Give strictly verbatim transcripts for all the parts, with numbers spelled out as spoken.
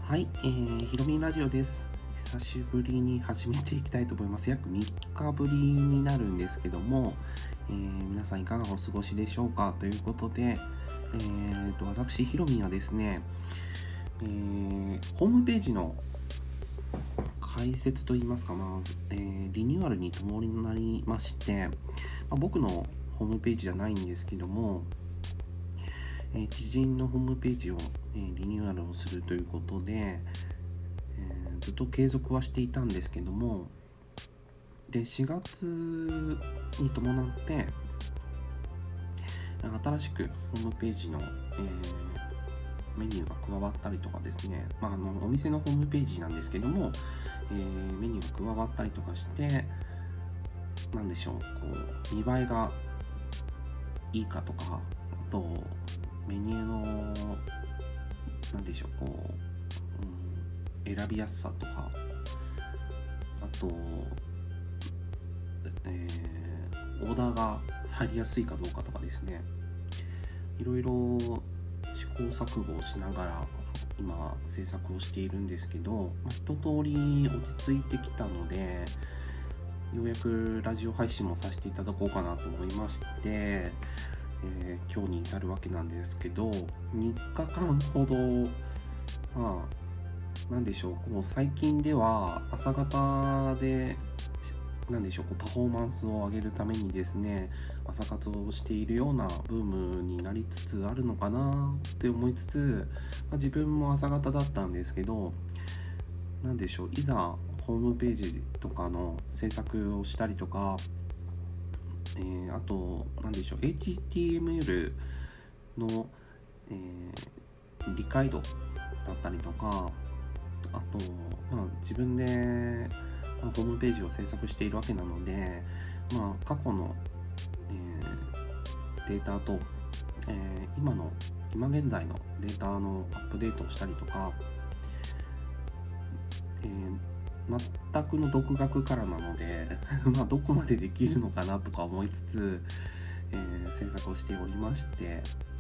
はい、えー、ひろみラジオです。久しぶりに始めていきたいと思います。約みっかぶりになるんですけども、えー、皆さんいかがお過ごしでしょうかということで、えー、と私ひろみはですね、えー、ホームページの解説といいますか、まあえー、リニューアルに伴いまして、まあ、僕のホームページじゃないんですけども、えー、知人のホームページを、えー、リニューアルをするということで、えー、ずっと継続はしていたんですけども、でしがつに伴って新しくホームページの、えー、メニューが加わったりとかですね、まあ、あのお店のホームページなんですけども、えー、メニューが加わったりとかして、なんでしょう、こう見栄えがいいかとか、あとメニューのなんでしょう、こう、うん、選びやすさとか、あと、えー、オーダーが入りやすいかどうかとかですね、いろいろ試行錯誤をしながら今制作をしているんですけど、まあ、一通り落ち着いてきたので、ようやくラジオ配信もさせていただこうかなと思いまして、えー、今日に至るわけなんですけど、みっかかんほど、まあ、なんでしょう、こう最近では朝方で、なんでしょう、こうパフォーマンスを上げるためにですね、朝活をしているようなブームになりつつあるのかなって思いつつ、まあ、自分も朝方だったんですけど、なんでしょう、いざホームページとかの制作をしたりとか、えー、あとなんでしょう エイチティーエムエル の、えー、理解度だったりとか、あと、まあ、自分で、まあ、ホームページを制作しているわけなので、まあ、過去の、えー、データと、えー、今の今現在のデータのアップデートをしたりとか、えー、全くの独学からなのでまあどこまでできるのかなとか思いつつ、えー、制作をしておりまして、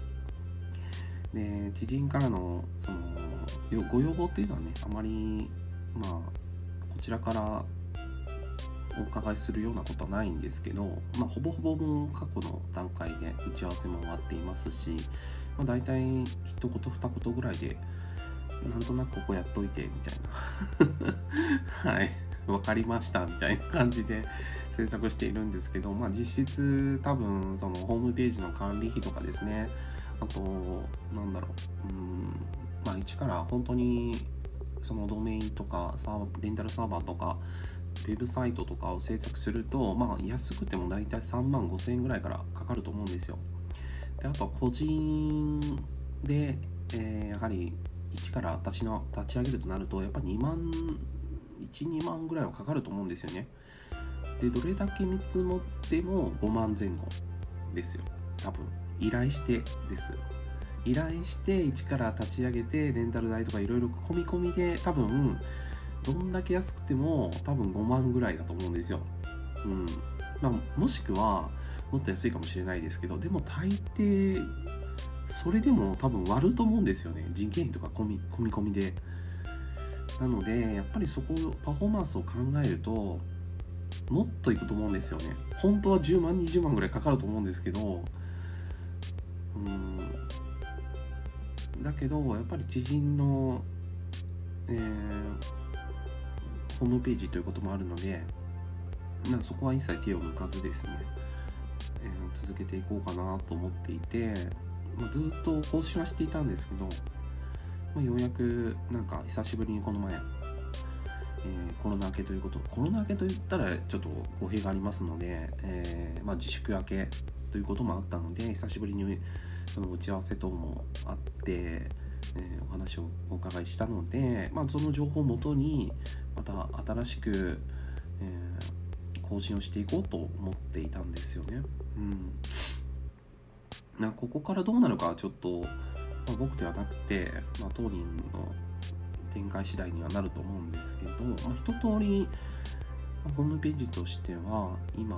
で知人からのそのご要望っていうのはね、あまりまあこちらからお伺いするようなことはないんですけど、まあ、ほぼほぼも過去の段階で打ち合わせも終わっていますし、まあ、大体一言二言ぐらいでなんとなくここやっといてみたいなはいわかりましたみたいな感じで制作しているんですけど、まあ、実質多分そのホームページの管理費とかですね、あとなんだろう、うーんまあ一から本当にそのドメインとかサーレンタルサーバーとかウェブサイトとかを制作すると、まあ安くてもだいたいさんまんごせんえんぐらいからかかると思うんですよ。であとは個人で、えー、やはり一から立ちの立ち上げるとなるとやっぱにまんいち、にまんぐらいはかかると思うんですよね。でどれだけ見積もってもごまんぜん後ですよ、多分依頼してです依頼して一から立ち上げてレンタル代とかいろいろ込み込みで多分どんだけ安くても多分ごまんぐらいだと思うんですよ。うんまあ、もしくはもっと安いかもしれないですけど、でも大抵それでも多分割ると思うんですよね、人件費とか込み込み込みで。なのでやっぱりそこパフォーマンスを考えるともっといくと思うんですよね。本当はじゅうまんにじゅうまんぐらいかかると思うんですけど、うんだけどやっぱり知人の、えー、ホームページということもあるので、まあ、そこは一切手を抜かずですね、えー、続けていこうかなと思っていて、まあ、ずっと更新はしていたんですけど、まあ、ようやくなんか久しぶりにこの前、えー、コロナ明けということコロナ明けといったらちょっと語弊がありますので、えーまあ、自粛明けということもあったので久しぶりにその打ち合わせ等もあって、えー、お話をお伺いしたので、まあ、その情報をもとにまた新しく、えー、更新をしていこうと思っていたんですよね。うん、なここからどうなるかはちょっと、まあ、僕ではなくて、まあ、当人の展開次第にはなると思うんですけど、まあ、一通りホームページとしては今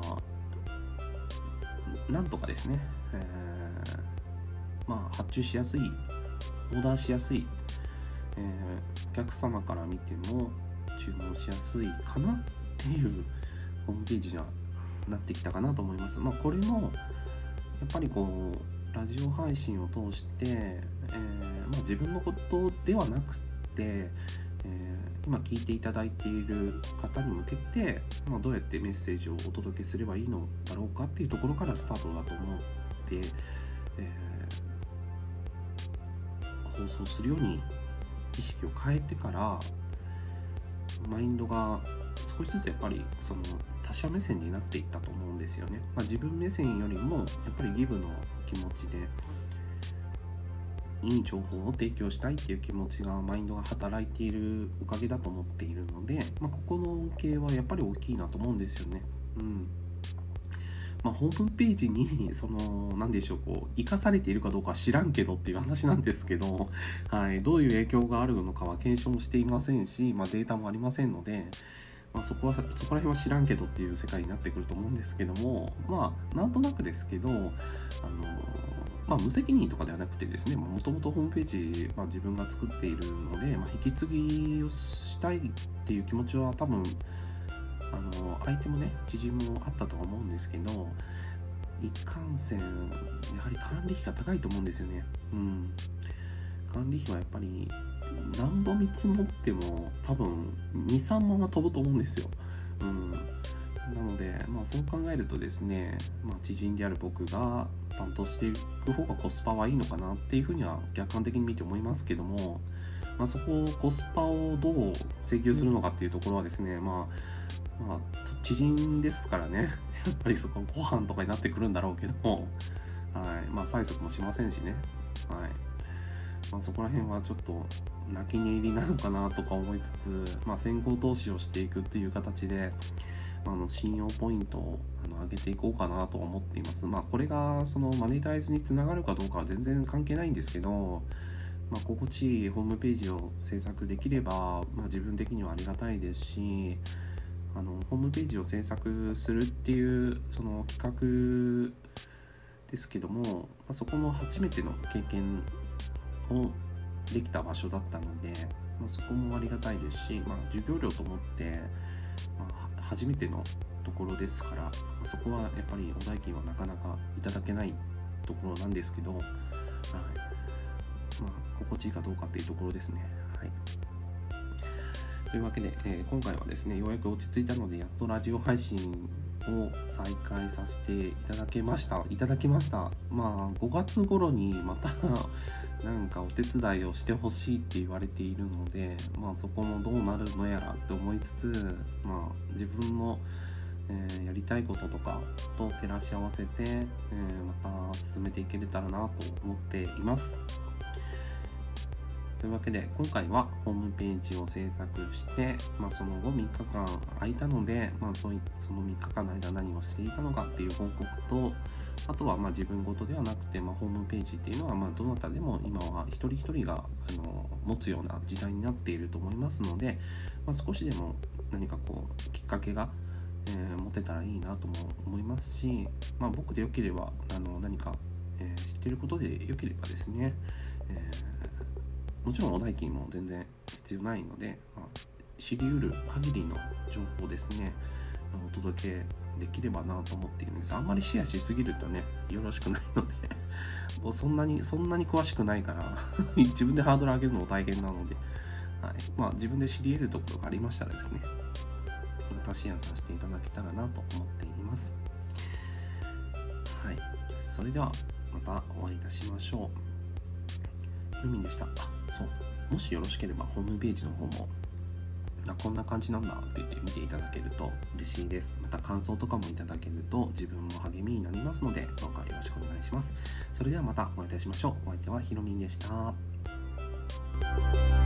なんとかですね、えーまあ、発注しやすい、オーダーしやすい、 えー、お客様から見ても注文しやすいかなっていうホームページにはなってきたかなと思います。まあこれもやっぱりこうラジオ配信を通して、えーまあ、自分のことではなくて、えー、今聞いていただいている方に向けて、まあ、どうやってメッセージをお届けすればいいのだろうかっていうところからスタートだと思って、えー、放送するように意識を変えてからマインドが少しずつやっぱりその他者目線になっていったと思うんですよね。まあ、自分目線よりもやっぱりギブの気持ちでいい情報を提供したいっていう気持ちがマインドが働いているおかげだと思っているので、まあ、ここの恩恵はやっぱり大きいなと思うんですよね。うんまあ、ホームページにその何でしょうこう生かされているかどうかは知らんけどっていう話なんですけど、はい、どういう影響があるのかは検証もしていませんし、まあ、データもありませんので、まあ、そこはそこら辺は知らんけどっていう世界になってくると思うんですけども、まあなんとなくですけど、あのまあ、無責任とかではなくてですね、もともとホームページ、まあ、自分が作っているので、まあ、引き継ぎをしたいっていう気持ちは多分あの相手もね知人もあったとは思うんですけど、いかんせんやはり管理費が高いと思うんですよね。うん、管理費はやっぱり何度見積もっても多分 に,さん 万は飛ぶと思うんですよ。うん、なので、まあ、そう考えるとですね、まあ、知人である僕が担当していく方がコスパはいいのかなっていうふうには客観的に見て思いますけども、まあ、そこをコスパをどう請求するのかっていうところはですね、まあ、まあ知人ですからねやっぱりそこご飯とかになってくるんだろうけども、はいまあ、催促もしませんしね、はいまあ、そこら辺はちょっと泣き寝入りなのかなとか思いつつ、まあ、先行投資をしていくっていう形であの信用ポイントをあの上げていこうかなと思っています。まあこれがそのマネタイズにつながるかどうかは全然関係ないんですけど、まあ、心地いいホームページを制作できれば、まあ、自分的にはありがたいですし、あのホームページを制作するっていうその企画ですけども、まあ、そこの初めての経験をできた場所だったので、まあ、そこもありがたいですし、まあ、授業料と思って、まあ初めてのところですから、そこはやっぱりお代金はなかなかいただけないところなんですけど、はいまあ、心地いいかどうかっていうところですね。はい、というわけで、えー、今回はですねようやく落ち着いたのでやっとラジオ配信を再開させていただけましたいただきましたまあごがつ頃にまたなんかお手伝いをしてほしいって言われているので、まあそこもどうなるのやらって思いつつ、まあ自分の、えー、やりたいこととかと照らし合わせて、えー、また進めていけれたらなと思っています。というわけで今回はホームページを制作して、まあ、その後みっかかん空いたので、まあ、そういそのみっかかんの間何をしていたのかっていう報告と、あとはまあ自分事ではなくて、まあ、ホームページっていうのはまあどなたでも今は一人一人があの持つような時代になっていると思いますので、まあ、少しでも何かこうきっかけが、えー、持てたらいいなとも思いますし、まあ、僕でよければあの何か、えー、知っていることでよければですね、えー、もちろんお代金も全然必要ないので、まあ、知り得る限りの情報をですねお届けできればなと思っているんです。あんまりシェアしすぎるとねよろしくないのでもうそんなにそんなに詳しくないから自分でハードル上げるのも大変なので、はいまあ、自分で知り得るところがありましたらですねまたシェアさせていただけたらなと思っています。はい、それではまたお会いいたしましょう。ルミンでした。あ、そう、もしよろしければホームページの方もこんな感じなんだって言って見ていただけると嬉しいです。また感想とかもいただけると自分も励みになりますのでどうかよろしくお願いします。それではまたお会いいたしましょう。お相手はひろみんでした。